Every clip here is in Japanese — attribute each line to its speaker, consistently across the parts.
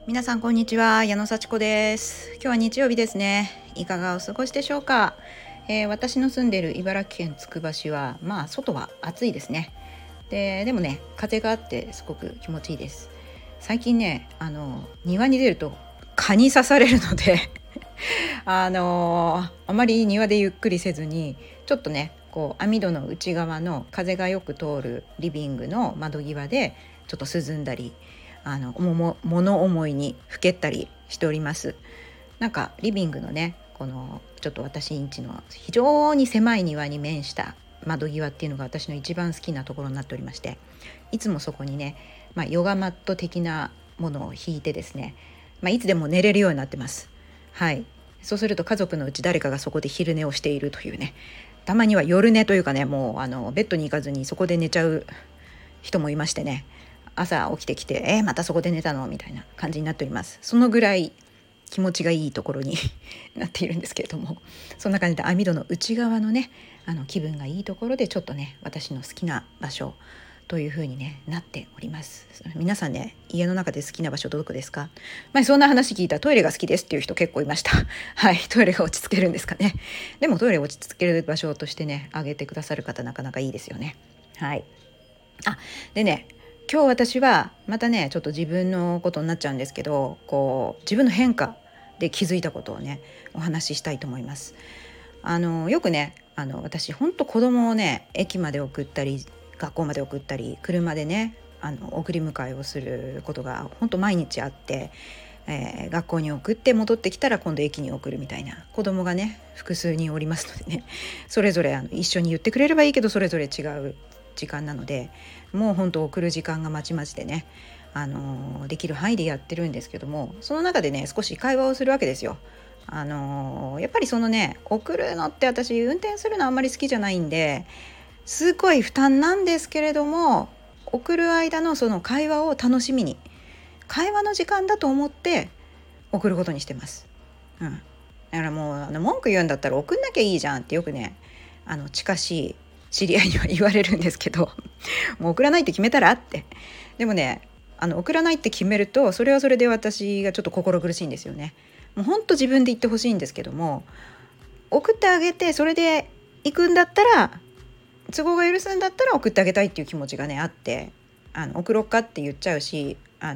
Speaker 1: 皆さんこんにちは、矢野幸子です。今日は日曜日ですね。いかがお過ごしでしょうか。私の住んでいる茨城県つくば市は外は暑いですね。でもね、風があってすごく気持ちいいです。最近ね、庭に出ると蚊に刺されるのであまり庭でゆっくりせずに、ちょっとねこう網戸の内側の風がよく通るリビングの窓際でちょっと涼んだり、物思いにふけったりしております。なんかリビングのね、このちょっと私ん家の非常に狭い庭に面した窓際っていうのが私の一番好きなところになっておりまして、いつもそこにね、ヨガマット的なものを引いてですね、いつでも寝れるようになってます。はい。そうすると家族のうち誰かがそこで昼寝をしているというね、たまには夜寝というかね、もうベッドに行かずにそこで寝ちゃう人もいましてね、朝起きてきてまたそこで寝たのみたいな感じになっております。そのぐらい気持ちがいいところになっているんですけれども、そんな感じで網戸の内側のね、気分がいいところでちょっとね、私の好きな場所という風にねなっております。皆さんね、家の中で好きな場所どこですか？そんな話聞いたらトイレが好きですっていう人結構いました。はい、トイレが落ち着けるんですかね。でもトイレ落ち着ける場所としてね挙げてくださる方なかなかいいですよね。はい。でね、今日私はまたねちょっと自分のことになっちゃうんですけど、こう自分の変化で気づいたことをねお話ししたいと思います。よくね、私ほんと子供をね駅まで送ったり学校まで送ったり車でね送り迎えをすることがほんと毎日あって、学校に送って戻ってきたら今度駅に送るみたいな子供がね複数人おりますのでね、それぞれ一緒に言ってくれればいいけどそれぞれ違う時間なので、もう本当送る時間がまちまちでね、できる範囲でやってるんですけども、その中でね少し会話をするわけですよ。やっぱりそのね送るのって私運転するのあんまり好きじゃないんで、すごい負担なんですけれども、送る間のその会話を楽しみに、会話の時間だと思って送ることにしてます。だからもう文句言うんだったら送んなきゃいいじゃんってよくね近しい知り合いには言われるんですけどもう送らないって決めたらって。でもね送らないって決めるとそれはそれで私がちょっと心苦しいんですよね。もうほんと自分で言ってほしいんですけども、送ってあげてそれで行くんだったら、都合が許すんだったら送ってあげたいっていう気持ちがねあって、送ろっかって言っちゃうし、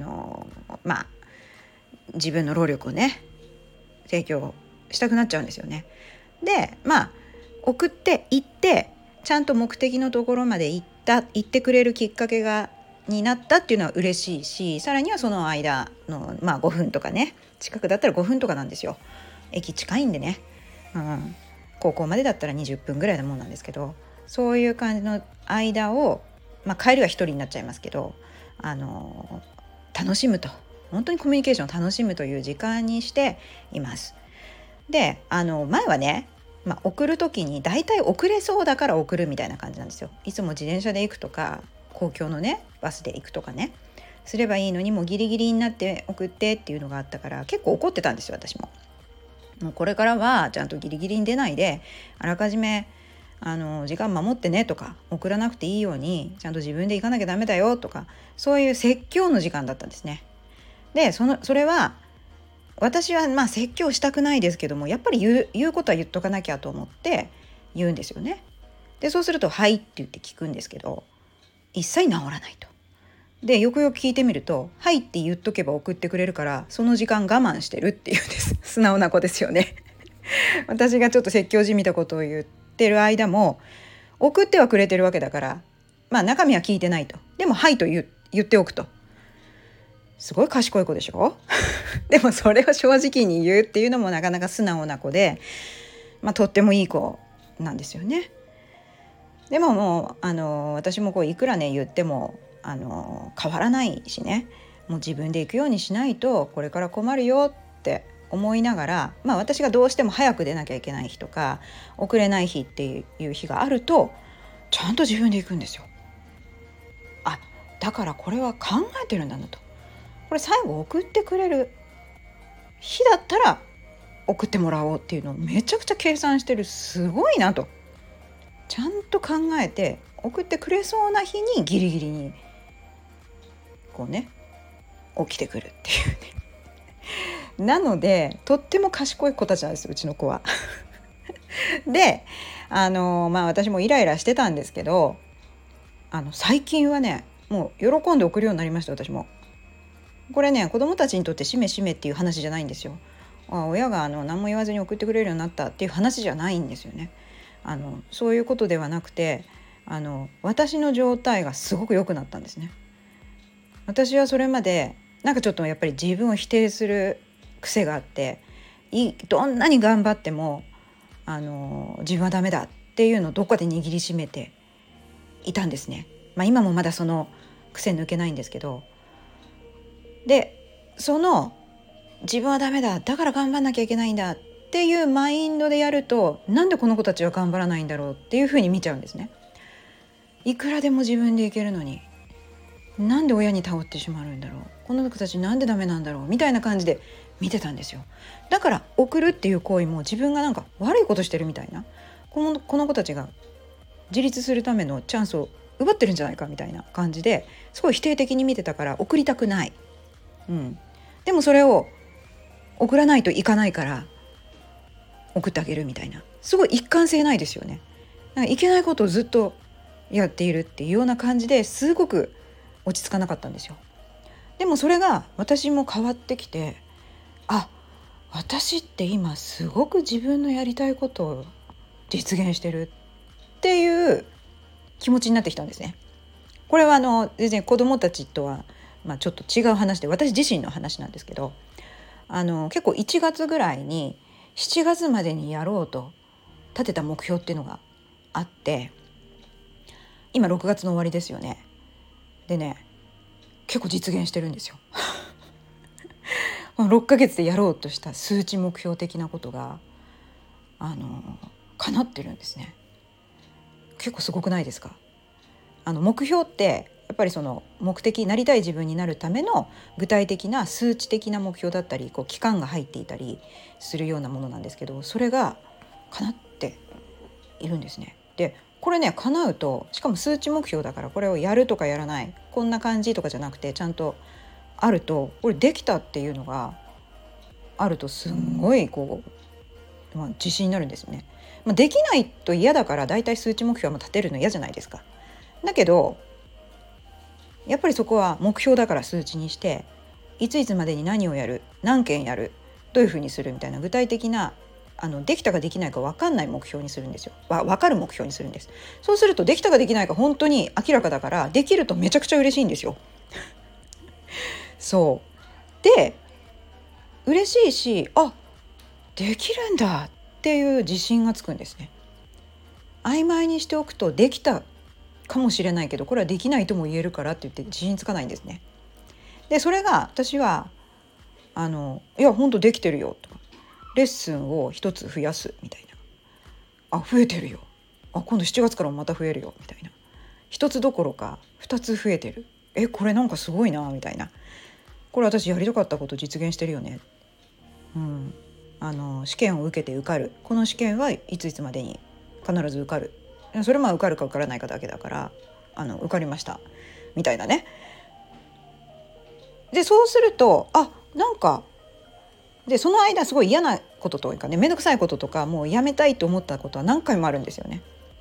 Speaker 1: 自分の労力をね提供したくなっちゃうんですよね。で送って行ってちゃんと目的のところまで行ってくれるきっかけになったっていうのは嬉しいし、さらにはその間の5分とかね、近くだったら5分とかなんですよ。駅近いんでね、高校までだったら20分ぐらいのもんなんですけど、そういう感じの間を、帰りは一人になっちゃいますけど、楽しむと、本当にコミュニケーションを楽しむという時間にしています。で前はね、送る時にだいたい遅れそうだから送るみたいな感じなんですよ。いつも自転車で行くとか公共のねバスで行くとかねすればいいのに、もうギリギリになって送ってっていうのがあったから結構怒ってたんですよ私も。もうこれからはちゃんとギリギリに出ないで、あらかじめ時間守ってねとか、送らなくていいようにちゃんと自分で行かなきゃダメだよとか、そういう説教の時間だったんですね。でそれは私は説教したくないですけども、やっぱり言うことは言っとかなきゃと思って言うんですよね。でそうするとはいって言って聞くんですけど、一切治らないと。でよくよく聞いてみると、はいって言っとけば送ってくれるからその時間我慢してるっていうんです。素直な子ですよね。私がちょっと説教じみたことを言ってる間も送ってはくれてるわけだから、中身は聞いてないと。でもはいと言っておくと。すごい賢い子でしょ。でもそれを正直に言うっていうのもなかなか素直な子で、とってもいい子なんですよね。でももう私もいくらね言っても変わらないしね、もう自分で行くようにしないとこれから困るよって思いながら、私がどうしても早く出なきゃいけない日とか遅れない日っていう日があるとちゃんと自分で行くんですよ。だからこれは考えてるんだなと。これ最後送ってくれる日だったら送ってもらおうっていうのをめちゃくちゃ計算してる、すごいなと。ちゃんと考えて送ってくれそうな日にギリギリに起きてくるっていうね。 なのでとっても賢い子たちなんですよ、うちの子は。で私もイライラしてたんですけど、最近はねもう喜んで送るようになりました。私もこれね、子供たちにとってしめしめっていう話じゃないんですよ。親が何も言わずに送ってくれるようになったっていう話じゃないんですよね。そういうことではなくて、私の状態がすごく良くなったんですね。私はそれまでなんかちょっとやっぱり自分を否定する癖があって、どんなに頑張っても自分はダメだっていうのをどっかで握りしめていたんですね。今もまだその癖抜けないんですけど、でその自分はダメだ、だから頑張んなきゃいけないんだっていうマインドでやると、なんでこの子たちは頑張らないんだろうっていうふうに見ちゃうんですね。いくらでも自分でいけるのに、なんで親に頼ってしまうんだろう、この子たちなんでダメなんだろうみたいな感じで見てたんですよ。だから送るっていう行為も自分がなんか悪いことしてるみたいな、この子たちが自立するためのチャンスを奪ってるんじゃないかみたいな感じですごい否定的に見てたから送りたくない、でもそれを送らないといかないから送ってあげるみたいな、すごい一貫性ないですよね。なんかいけないことをずっとやっているっていうような感じですごく落ち着かなかったんですよ。でもそれが私も変わってきて、私って今すごく自分のやりたいことを実現してるっていう気持ちになってきたんですね。これは全然子どもたちとは、ちょっと違う話で、私自身の話なんですけど、結構1月ぐらいに7月までにやろうと立てた目標っていうのがあって、今6月の終わりですよね。でね、結構実現してるんですよ。この6ヶ月でやろうとした数値目標的なことが叶ってるんですね。結構すごくないですか？目標ってやっぱりその目的、なりたい自分になるための具体的な数値的な目標だったり、期間が入っていたりするようなものなんですけど、それが叶っているんですね。でこれね、叶うと、しかも数値目標だから、これをやるとかやらない、こんな感じとかじゃなくてちゃんとあると、これできたっていうのがあるとすんごい自信になるんですよね。できないと嫌だから、だいたい数値目標も立てるの嫌じゃないですか。だけどやっぱりそこは目標だから数値にして、いついつまでに何をやる、何件やる、どういうふうにするみたいな具体的なできたかできないか分かんない目標にするんですよ。分かる目標にするんです。そうするとできたかできないか本当に明らかだから、できるとめちゃくちゃ嬉しいんですよ。そうで嬉しいし、できるんだっていう自信がつくんですね。曖昧にしておくとできたかもしれないけど、これはできないとも言えるからって言って自信つかないんですね。でそれが私はいや本当できてるよとか、レッスンを一つ増やすみたいな、増えてるよ、今度7月からもまた増えるよみたいな、一つどころか二つ増えてる、これなんかすごいなみたいな、これ私やりたかったこと実現してるよね、試験を受けて受かる、この試験はいついつまでに必ず受かる、それ受かるか受からないかだけだから受かりましたみたいなね。でそうするとなんかでその間すごい嫌なことというかね、めんどくさいこととかもうやめたいと思ったことは何回もあるんですよね。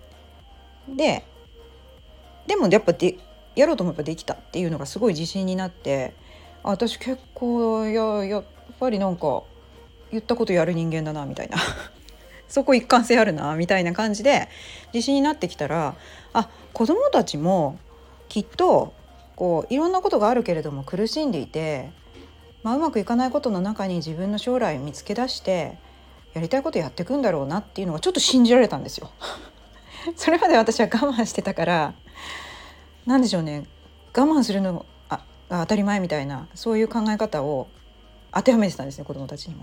Speaker 1: でもやっぱやろうと思えばできたっていうのがすごい自信になって、私結構やっぱりなんか言ったことやる人間だなみたいなそこ一貫性あるなみたいな感じで自信になってきたら、子どもたちもきっといろんなことがあるけれども苦しんでいて、うまくいかないことの中に自分の将来見つけ出してやりたいことやっていくんだろうなっていうのがちょっと信じられたんですよ。それまで私は我慢してたから、なんでしょうね、我慢するのが当たり前みたいな、そういう考え方を当てはめてたんですね、子どもたちにも。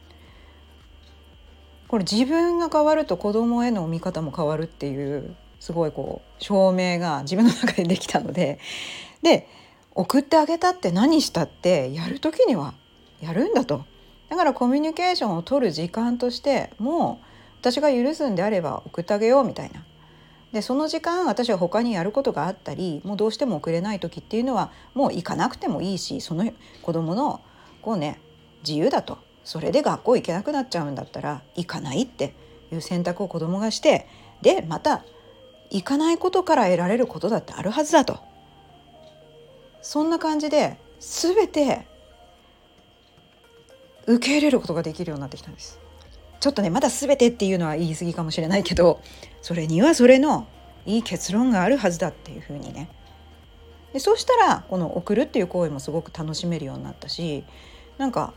Speaker 1: これ自分が変わると子どもへの見方も変わるっていうすごい証明が自分の中でできたので、送ってあげたって何したってやる時にはやるんだと。だからコミュニケーションを取る時間として、もう私が許すんであれば送ってあげようみたいな。でその時間私は他にやることがあったり、もうどうしても送れない時っていうのはもう行かなくてもいいし、その子どもの自由だと。それで学校行けなくなっちゃうんだったら行かないっていう選択を子供がして、でまた行かないことから得られることだってあるはずだと。そんな感じで全て受け入れることができるようになってきたんです。ちょっとねまだ全てっていうのは言い過ぎかもしれないけど、それにはそれのいい結論があるはずだっていうふうにね。でそうしたらこの送るっていう行為もすごく楽しめるようになったし、なんか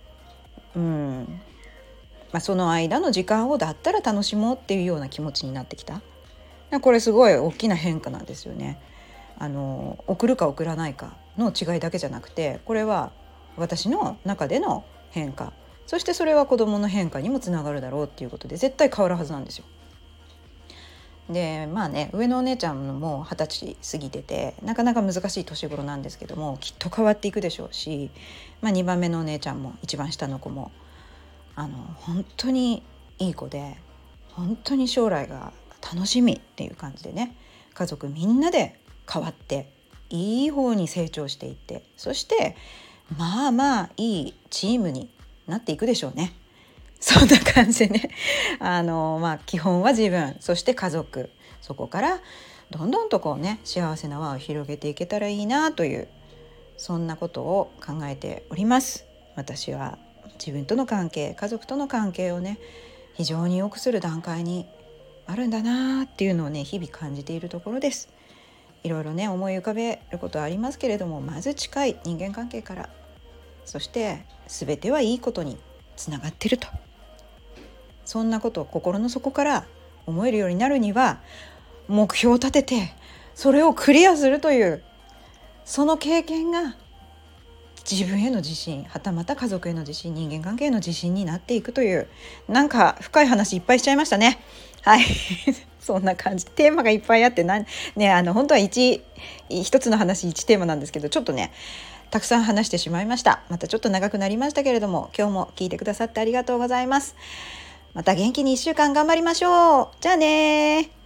Speaker 1: その間の時間をだったら楽しもうっていうような気持ちになってきた。これすごい大きな変化なんですよね。送るか送らないかの違いだけじゃなくて、これは私の中での変化、そしてそれは子どもの変化にもつながるだろうっていうことで絶対変わるはずなんですよ。で上のお姉ちゃんも20歳過ぎててなかなか難しい年頃なんですけども、きっと変わっていくでしょうし、2番目のお姉ちゃんも一番下の子も本当にいい子で、本当に将来が楽しみっていう感じでね、家族みんなで変わっていい方に成長していって、そしていいチームになっていくでしょうね。そんな感じでね基本は自分、そして家族、そこからどんどんとこうね幸せな輪を広げていけたらいいなという、そんなことを考えております。私は自分との関係、家族との関係をね非常に良くする段階にあるんだなっていうのをね日々感じているところです。いろいろね思い浮かべることはありますけれども、まず近い人間関係から、そして全てはいいことにつながっていると、そんなことを心の底から思えるようになるには、目標を立ててそれをクリアするという、その経験が自分への自信、はたまた家族への自信、人間関係への自信になっていくという、なんか深い話いっぱいしちゃいましたね。はいそんな感じ、テーマがいっぱいあって本当は一つの話1テーマなんですけど、ちょっとねたくさん話してしまいました。またちょっと長くなりましたけれども、今日も聞いてくださってありがとうございます。また元気に1週間頑張りましょう。じゃあね。